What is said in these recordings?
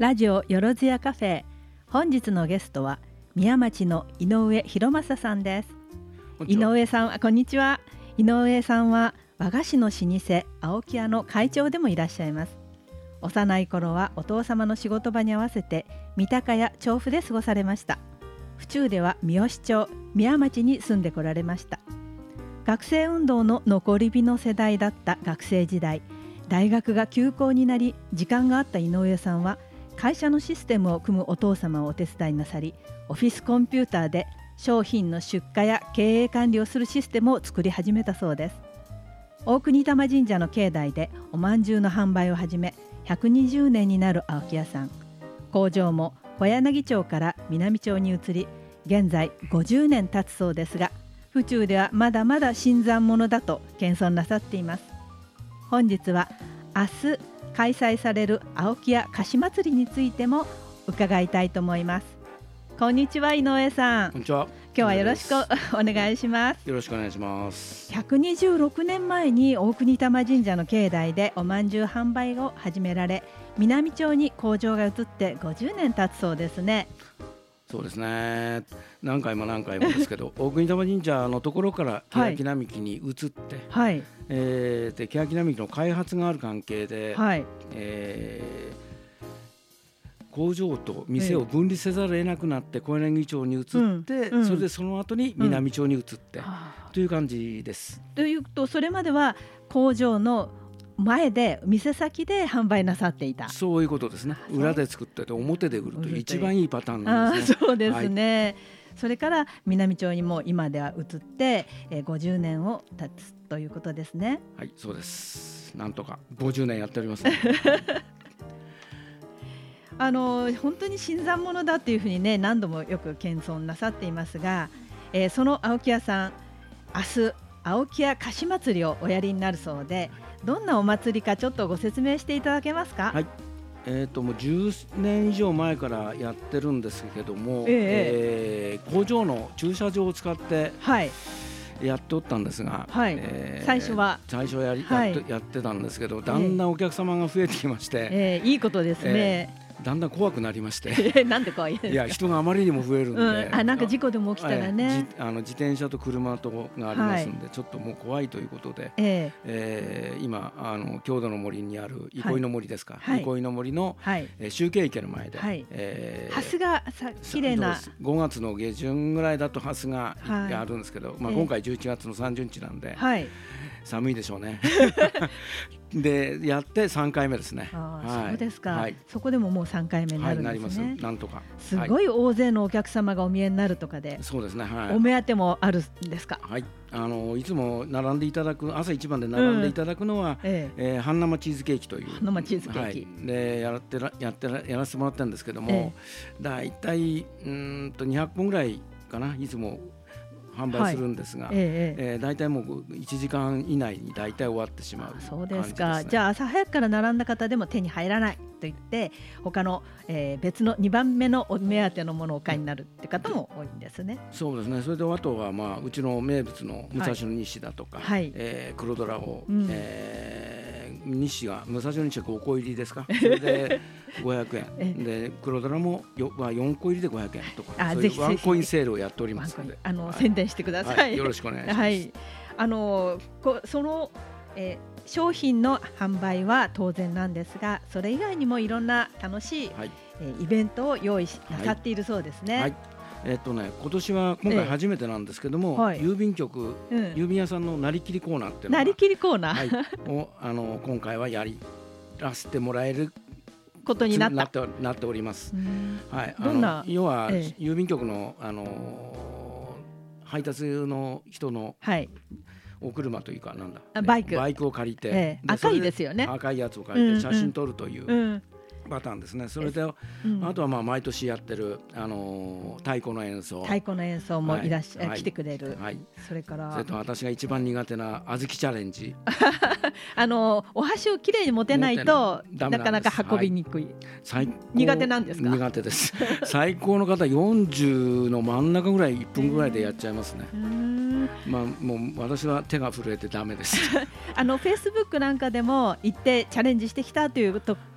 ラジオよろずやカフェ、本日のゲストは宮町の井上博正さんです。井上さん、こんにちは。井上さんは和菓子の老舗青木屋の会長でもいらっしゃいます。幼い頃はお父様の仕事場に合わせて三鷹や調布で過ごされました。府中では三好町宮町に住んでこられました。学生運動の残り火の世代だった学生時代、大学が休校になり時間があった井上さんは会社のシステムを組むお父様をお手伝いなさり、オフィスコンピューターで商品の出荷や経営管理をするシステムを作り始めたそうです。大国玉神社の境内でおまんじゅうの販売を始め120年になる青木屋さん。工場も小柳町から南町に移り、現在50年経つそうですが、府中ではまだまだ新参者だと謙遜なさっています。本日は明日開催される青木屋菓子祭りについても伺いたいと思います。こんにちは、井上さん。 こんにちは。 今日はよろしくお願いします。 よろしくお願いします。 126年前に大国玉神社の境内でおまんじゅう販売を始められ、南町に工場が移って50年経つそうですね。 そうですね、何回もですけど大国玉神社のところから欅並木に移って、 はいで欅並木の開発がある関係で、 はい工場と店を分離せざるを得なくなって小柳町に移って、それでその後に南町に移って、という感じです。 というと、それまでは工場の前で店先で販売なさっていた。 そういうことですね。裏で作ってて表で売るという一番いいパターンなんですね。 そうですね、はい、それから南町にも今では移って、50年を経つということですね。 はい、そうです。なんとか50年やっております、ね本当に新参者だというふうにね、何度もよく謙遜なさっていますが、その青木屋さん、明日青木屋菓子祭りをおやりになるそうで、どんなお祭りかちょっとご説明していただけますか。 はい、もう10年以上前からやってるんですけども、工場の駐車場を使ってやっておったんですが、 最初はやってたんですけど、だんだんお客様が増えてきまして、 いいことですね。 だんだん怖くなりましてなんで怖いですか。 いや、人があまりにも増えるんで、 なんか事故でも起きたらね、 自転車と車とがありますんで、ちょっともう怖いということで、今郷土の森にある憩いの森ですか、憩いの森の集景池の前で、 ハスが綺麗な 5月の下旬ぐらいだとハスがあるんですけど、今回11月の30日なんで、寒いでしょうねでやって3回目ですね。 そうですか、そこでももう3回目になるんですね。なります。 なんとかすごい大勢のお客様がお見えになるとかで。 そうですね、 お目当てもあるんですか。 はい、いつも並んでいただく、朝一番で並んでいただくのは、半生チーズケーキという半生チーズケーキ、 でやらせてもらってるんですけども、だいたい200本ぐらいかな、いつも販売するんですが、だいたいもう1時間以内にだいたい終わってしまう感じですね。 そうですか。じゃあ朝早くから並んだ方でも手に入らないと言って他の、別の2番目のお目当てのものをお買いになるって方も多いんですね。 そうですね。それであとは、うちの名物の武蔵野西だとか、黒ドラを、西が武蔵野西は5個入りですかそれで500円で、黒ドラも4個入りで500円とか、そういうワンコインセールをやっておりますので、 宣伝してください。 よろしくお願いします。 その、商品の販売は当然なんですが、それ以外にもいろんな楽しい、イベントを用意なさっているそうですね。 今年は今回初めてなんですけども、郵便局、郵便屋さんのなりきりコーナーっていうのが、 なりきりコーナー、 を今回はやらせてもらえることになっております。 どんな、 要は郵便局の、配達の人の、お車というかバイクを借りて、 赤いですよね。 赤いやつを借りて写真撮るというパターンですね。それで、あとは毎年やってる、太鼓の演奏も来てくれる。それと私が一番苦手な小豆チャレンジお箸をきれいに持てないとなかなか運びにくい。苦手なんですか。 苦手です最高の方40の真ん中ぐらい1分ぐらいでやっちゃいますね。もう私は手が震えてダメですフェイスブックなんかでも行ってチャレンジしてきたという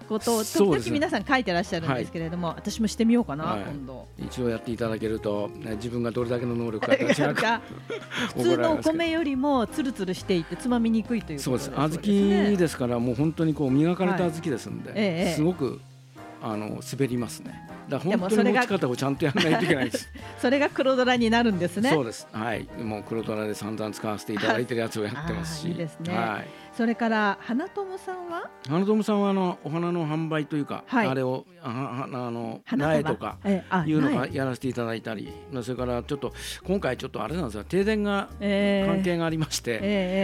ことを時々皆さん書いてらっしゃるんですけれども、私もしてみようかな、今度一度やっていただけると自分がどれだけの能力が違うか普通のお米よりもツルツルしていてつまみにくいということですね。 そうです。小豆ですからもう本当にこう磨かれた小豆ですので、すごく滑りますね。だから本当に持ち方をちゃんとやらないといけないです。 それが黒ドラになるんですね。 そうです。はい。もう黒ドラで散々使わせていただいてるやつをやってますし。 いいですね。 はい。 それから花友さんは？ 花友さんはお花の販売というか、あれを苗とかいうのをやらせていただいたり、それからちょっと今回ちょっとあれなんですが停電が関係がありまして、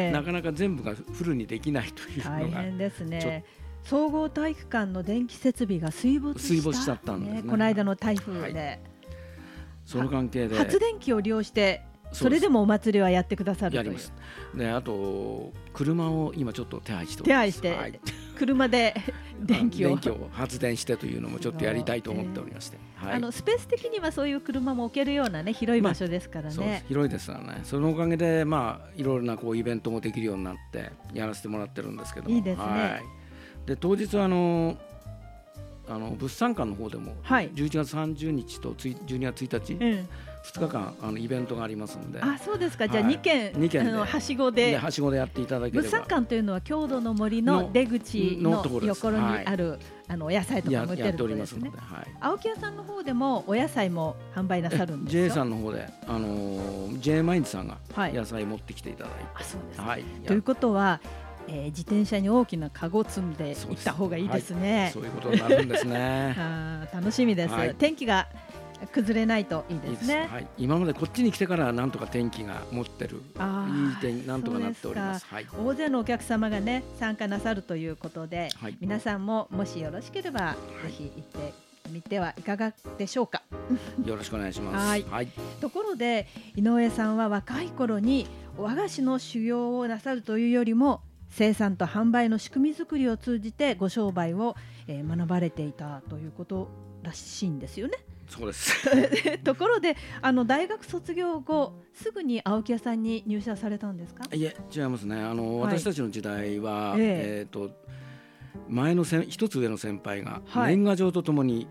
なかなか全部がフルにできないというのが大変ですね。総合体育館の電気設備が水没しちゃったんですね。 この間の台風で、 その関係で発電機を利用してそれでもお祭りはやってくださるという。 やります。で、あと車を今ちょっと手配して車で電気を発電してというのもちょっとやりたいと思っておりまして、 スペース的にはそういう車も置けるようなね広い場所ですからね。 広いですからね。そのおかげでいろいろなこうイベントもできるようになってやらせてもらってるんですけども。 いいですね。 で当日物産館の方でも11月30日と12月1日、2日間イベントがありますので。 そうですか。じゃあ2軒はしごでやっていただければ。 物産館というのは郷土の森の出口の横にあるお野菜とかも売ってるところですね。青木屋さんの方でもお野菜も販売なさるんですよ。 J さんの方でJ 毎日さんが野菜持ってきていただいて。 そうですか。ということは自転車に大きなカゴ積んで行った方がいいですね。 そういうことになるんですね。 楽しみです。天気が崩れないといいですね。 今までこっちに来てからなんとか天気が持ってるいい点なんとかなっております。 大勢のお客様がね参加なさるということで、皆さんももしよろしければぜひ行ってみてはいかがでしょうか。 よろしくお願いします。 ところで井上さんは若い頃に和菓子の修行をなさるというよりも生産と販売の仕組み作りを通じてご商売を学ばれていたということらしいんですよね。 そうですところで大学卒業後すぐに青木屋さんに入社されたんですか？ いえ、違いますね。私たちの時代は、前の一つ上の先輩が年賀状とともに、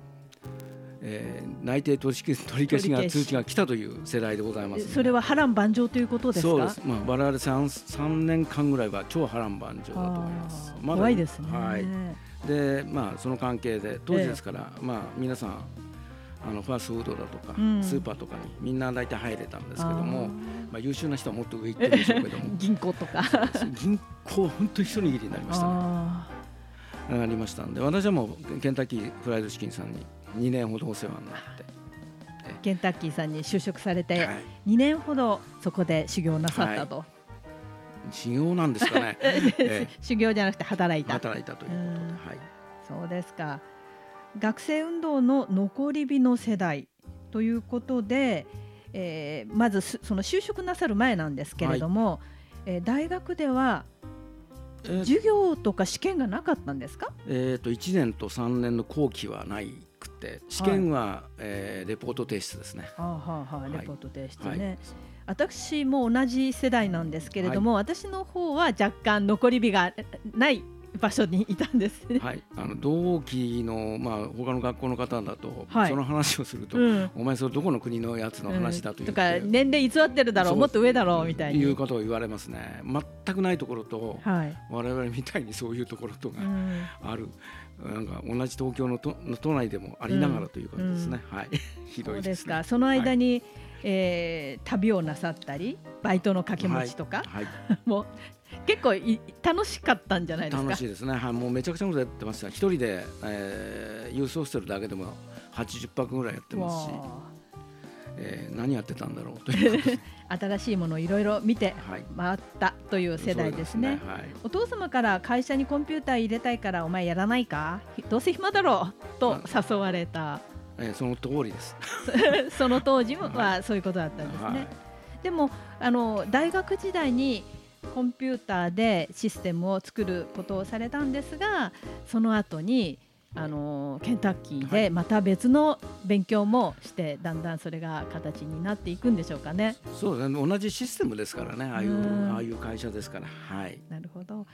内定取り消しが通知が来たという世代でございます。 それは波乱万丈ということですか？ そうです。我々3年間ぐらいは超波乱万丈だと思います。 怖いですね。 でその関係で当時ですから、皆さんファーストフードだとか、スーパーとかにみんな大体入れたんですけども、優秀な人はもっと上行ってるでしょうけども銀行とか銀行本当に一握りになりましたね。ありましたんで、私はもうケンタッキーフライドチキンさんに2年ほどお世話になって、 ケンタッキーさんに就職されて2年ほどそこで修行なさったと。 修行なんですかね。 修行じゃなくて働いたということで。 そうですか。学生運動の残り火の世代ということで、まずその就職なさる前なんですけれども、大学では授業とか試験がなかったんですか ？1年と3年の後期はないくて、試験は、レポート提出ですね。 レポート提出ね。私も同じ世代なんですけれども、私の方は若干残り火がない場所にいたんですね。 同期の、他の学校の方だと、その話をすると、お前それどこの国のやつの話だと言って、 とか年齢偽ってるだろう、もっと上だろうみたいにいうことを言われますね。全くないところと、我々みたいにそういうところとがある、なんか同じ東京の都内でもありながらという感じですね。ひどいですね。 その間に、旅をなさったりバイトの掛け持ちとか、もう結構楽しかったんじゃないですか？ 楽しいですね。もうめちゃくちゃのことやってました。一人で、ユースホステルだけでも80泊ぐらいやってますし、何やってたんだろうという新しいものをいろいろ見て回ったという世代ですね。お父様から会社にコンピューター入れたいからお前やらないか、どうせ暇だろうと誘われた。 その通りですその当時はそういうことだったんですね。でも大学時代にコンピューターでシステムを作ることをされたんですが、その後にケンタッキーでまた別の勉強もして、だんだんそれが形になっていくんでしょうかね。 そうですね。同じシステムですからね。ああいう会社ですから。 なるほど。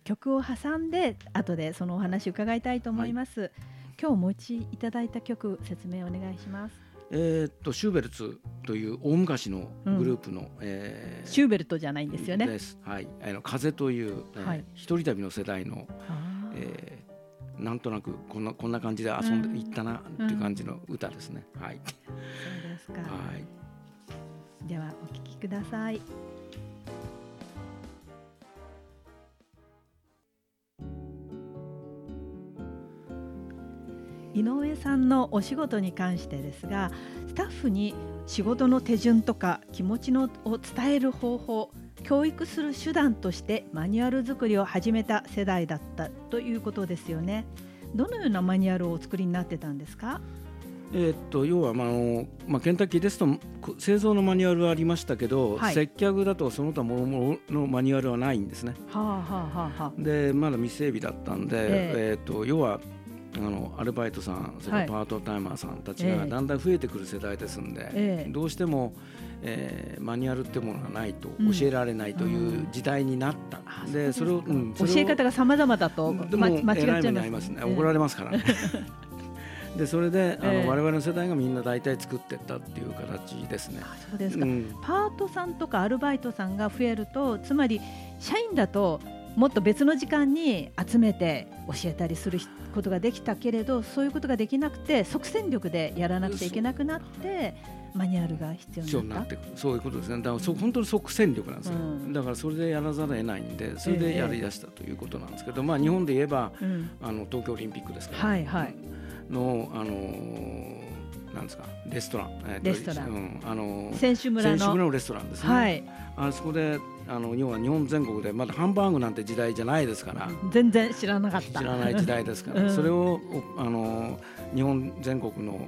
曲を挟んで後でそのお話伺いたいと思います、今日お持ちいただいた曲説明お願いします。 シューベルツという大昔のグループの、 シューベルトじゃないんですよね。 です、はい、風という、一人旅の世代の、なんとなくこんな感じで遊んでいったなっていう感じの歌ですね。はい。 そうですか。 はい。 ではお聴きください。井上さんのお仕事に関してですが、スタッフに仕事の手順とか気持ちを伝える方法、教育する手段としてマニュアル作りを始めた世代だったということですよね。どのようなマニュアルをお作りになってたんですか？ 要は、ケンタッキーですと製造のマニュアルはありましたけど、接客だとその他もろのマニュアルはないんですね。でまだ未整備だったんで、要はアルバイトさん、それからパートタイマーさんたちがだんだん増えてくる世代ですんで、どうしても、マニュアルってものがないと教えられないという時代になった、でそれを、 教え方が様々だと間違っちゃいますね。 怒られますからねでそれで我々の世代がみんな大体作ってったっていう形ですね。 そうですか、パートさんとかアルバイトさんが増えると、つまり社員だともっと別の時間に集めて教えたりすることができたけれど、そういうことができなくて即戦力でやらなくちゃいけなくなってマニュアルが必要になった。 そういうことですね。だから本当に即戦力なんですよ、だからそれでやらざるを得ないんで、それでやりだしたということなんですけど、日本で言えば、東京オリンピックですから、のなんですかレストラン、 選手村のレストランですね、あそこで要は日本全国でまだハンバーグなんて時代じゃないですから、 全然知らなかった、 知らない時代ですから、それを日本全国の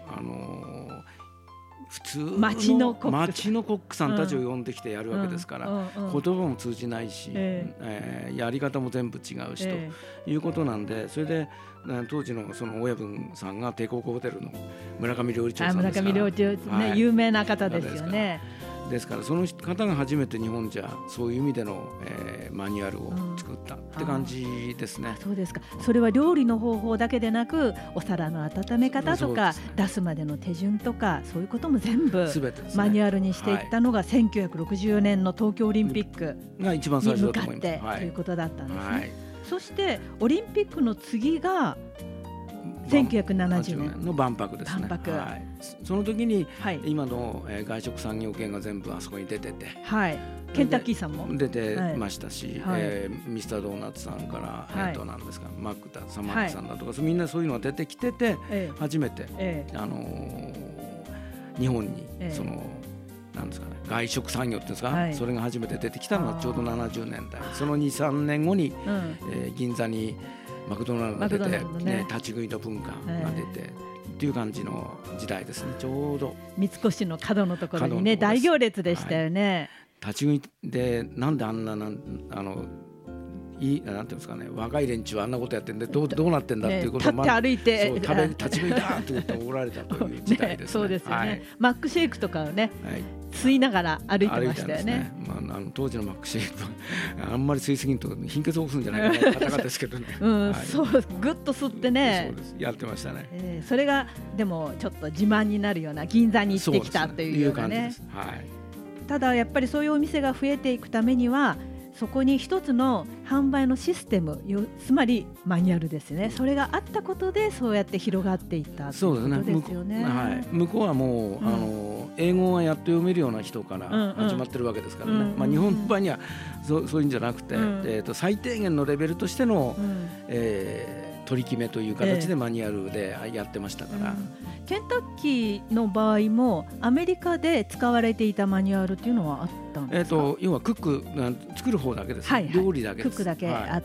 普通の町のコックさんたちを呼んできてやるわけですから、言葉も通じないし、やり方も全部違うし、ということなんで、それで当時のその親分さんが帝国ホテルの村上料理長さんですから、 村上料理長、有名な方ですよね。 ですからその方が初めて日本じゃそういう意味での、マニュアルを作ったって感じですね。 そうですか。それは料理の方法だけでなく、お皿の温め方とか、出すまでの手順とか、そういうことも全部マニュアルにしていったのが1964年の東京オリンピックに向かってということだったんですね。そしてオリンピックの次が1970年の万博ですね。その時に、今の外食産業系が全部あそこに出てて、 ケンタッキーさんも出てましたし、ミスタードーナツさんから、なんですか、マックさんだとか、みんなそういうのが出てきてて、初めて、日本にそのなんですかね、外食産業っていうんですか、それが初めて出てきたのがちょうど70年代、その 2,3 年後に、銀座にマクドナルドが出て、立ち食いの文化が出てっていう感じの時代ですね。ちょうど三越の角のところにね、大行列でしたよね。 立ち食いでなんであんななんていうんですかね、若い連中はあんなことやってんでどうなってんだっていうことを、 立って歩いて立ち食いだって言って怒られたという時代ですね。 そうですよね。マックシェイクとかをね、吸いながら歩いてましたよね。 当時のマックシェイクはあんまり吸いすぎると貧血を起こすんじゃないかな方々ですけどね。 そう、ぐっと吸ってね、 やってましたね。 それがでもちょっと自慢になるような、銀座に行ってきたというようなね。ただやっぱりそういうお店が増えていくためには、そこに一つの販売のシステム、つまりマニュアルですね。それがあったことでそうやって広がっていったということですよね。 向こうはもう、英語がやっと読めるような人から始まってるわけですからね。日本の場合にはそういうんじゃなくて、最低限のレベルとしての、取り決めという形でマニュアルでやってましたから、 ケンタッキーの場合もアメリカで使われていたマニュアルっていうのはあったんですか？ 要はクック作る方だけです、料理だけです。 クックだけあって、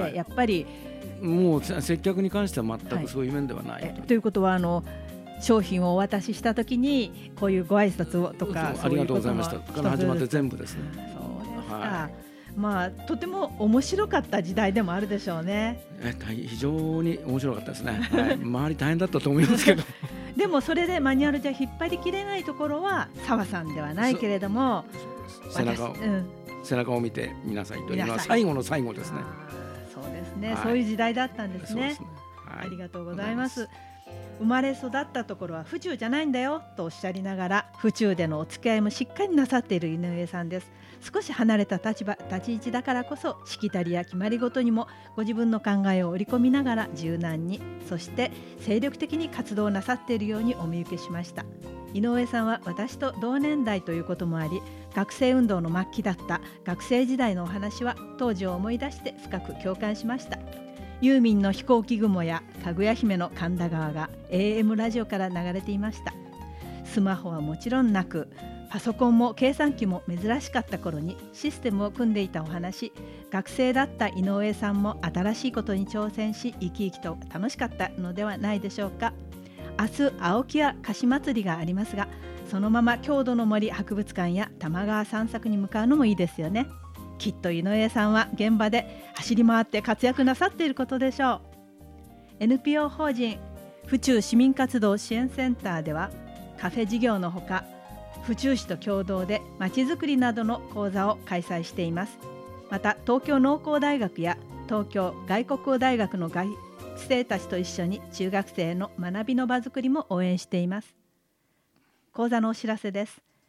やっぱりもう接客に関しては全くそういう面ではない、 ということは商品をお渡ししたときにこういうご挨拶をとか、 ありがとうございましたから始まって全部ですね。 そうですか。とても面白かった時代でもあるでしょうね。 非常に面白かったですね。周り大変だったと思いますけどでもそれでマニュアルじゃ引っ張りきれないところは澤さんではないけれども、 背中を背中を見てみなさいというのは最後の最後ですね。 そうですね、そういう時代だったんですね。ありがとうございます。生まれ育ったところは府中じゃないんだよとおっしゃりながら、府中でのお付き合いもしっかりなさっている井上さんです。少し離れた立ち位置だからこそ、しきたりや決まりごとにもご自分の考えを織り込みながら柔軟に、そして精力的に活動なさっているようにお見受けしました。井上さんは私と同年代ということもあり、学生運動の末期だった学生時代のお話は当時を思い出して深く共感しました。ユーミンの飛行機雲やかぐや姫の神田川が AM ラジオから流れていました。スマホはもちろんなく、パソコンも計算機も珍しかった頃にシステムを組んでいたお話、学生だった井上さんも新しいことに挑戦し、生き生きと楽しかったのではないでしょうか。明日青木屋菓子祭りがありますが、そのまま郷土の森博物館や玉川散策に向かうのもいいですよね。きっと井上さんは現場で走り回って活躍なさっていることでしょう。 NPO 法人府中市民活動支援センターでは、カフェ事業のほか府中市と共同でまちづくりなどの講座を開催しています。また東京農工大学や東京外国語大学の学生たちと一緒に中学生の学びの場づくりも応援しています。講座のお知らせです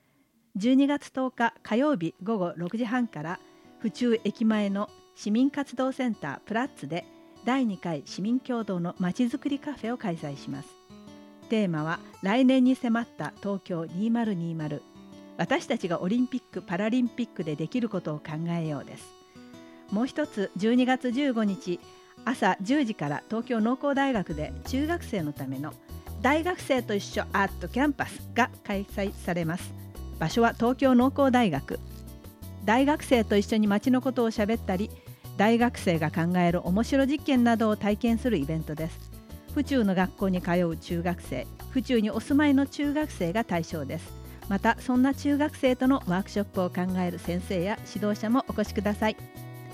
。12月10日火曜日午後6時半から府中駅前の市民活動センタープラッツで第2回市民共同のまちづくりカフェを開催します。テーマは来年に迫った東京2020、私たちがオリンピック・パラリンピックでできることを考えようです。もう一つ、12月15日朝10時から東京農工大学で中学生のための大学生と一緒アートキャンパスが開催されます。場所は東京農工大学。大学生と一緒に街のことを喋ったり、大学生が考える面白実験などを体験するイベントです。府中の学校に通う中学生、府中にお住まいの中学生が対象です。またそんな中学生とのワークショップを考える先生や指導者もお越しください。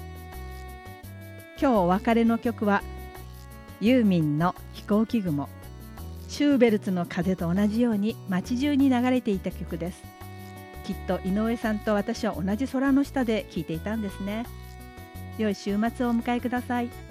今日お別れの曲はユーミンの飛行機雲。シューベルツの風と同じように街中に流れていた曲です。きっと井上さんと私は同じ空の下で聴いていたんですね。良い週末をお迎えください。